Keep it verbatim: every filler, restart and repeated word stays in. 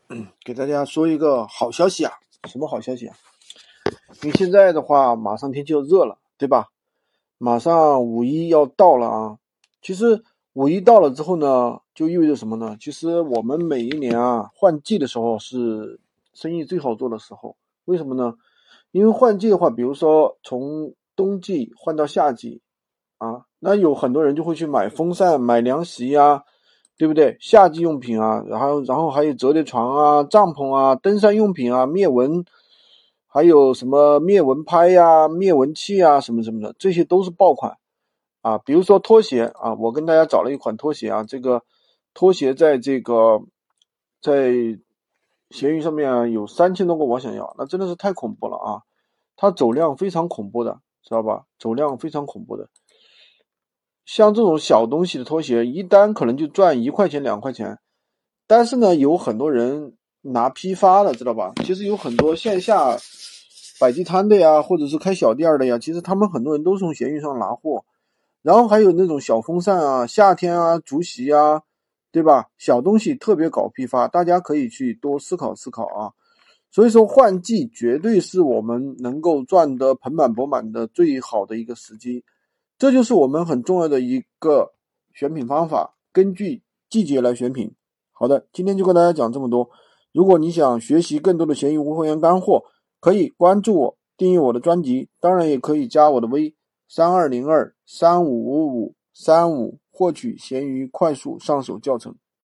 给大家说一个好消息啊！什么好消息啊？因为现在的话，马上天气要热了，对吧？马上五一要到了啊。其实五一到了之后呢，就意味着什么呢？其实我们每一年啊，换季的时候是生意最好做的时候。为什么呢？因为换季的话，比如说从冬季换到夏季啊，那有很多人就会去买风扇、买凉席呀，对不对？夏季用品啊，然后然后还有折叠床啊、帐篷啊、登山用品啊、灭蚊，还有什么灭蚊拍呀、灭蚊器啊，什么什么的，这些都是爆款啊。比如说拖鞋啊，我跟大家找了一款拖鞋啊，这个拖鞋在这个在闲鱼上面啊有三千多个我想要，那真的是太恐怖了啊！它走量非常恐怖的，知道吧？走量非常恐怖的。像这种小东西的拖鞋，一单可能就赚一块钱两块钱，但是呢，有很多人拿批发的，知道吧？其实有很多线下摆地摊的呀，或者是开小店的呀，其实他们很多人都是从闲鱼上拿货。然后还有那种小风扇啊、夏天啊、竹席啊，对吧？小东西特别搞批发，大家可以去多思考思考啊。所以说换季绝对是我们能够赚得盆满钵满的最好的一个时机。这就是我们很重要的一个选品方法，根据季节来选品。好的，今天就跟大家讲这么多。如果你想学习更多的闲鱼无货源干货，可以关注我，订阅我的专辑，当然也可以加我的微三二零二三五五五三五获取闲鱼快速上手教程。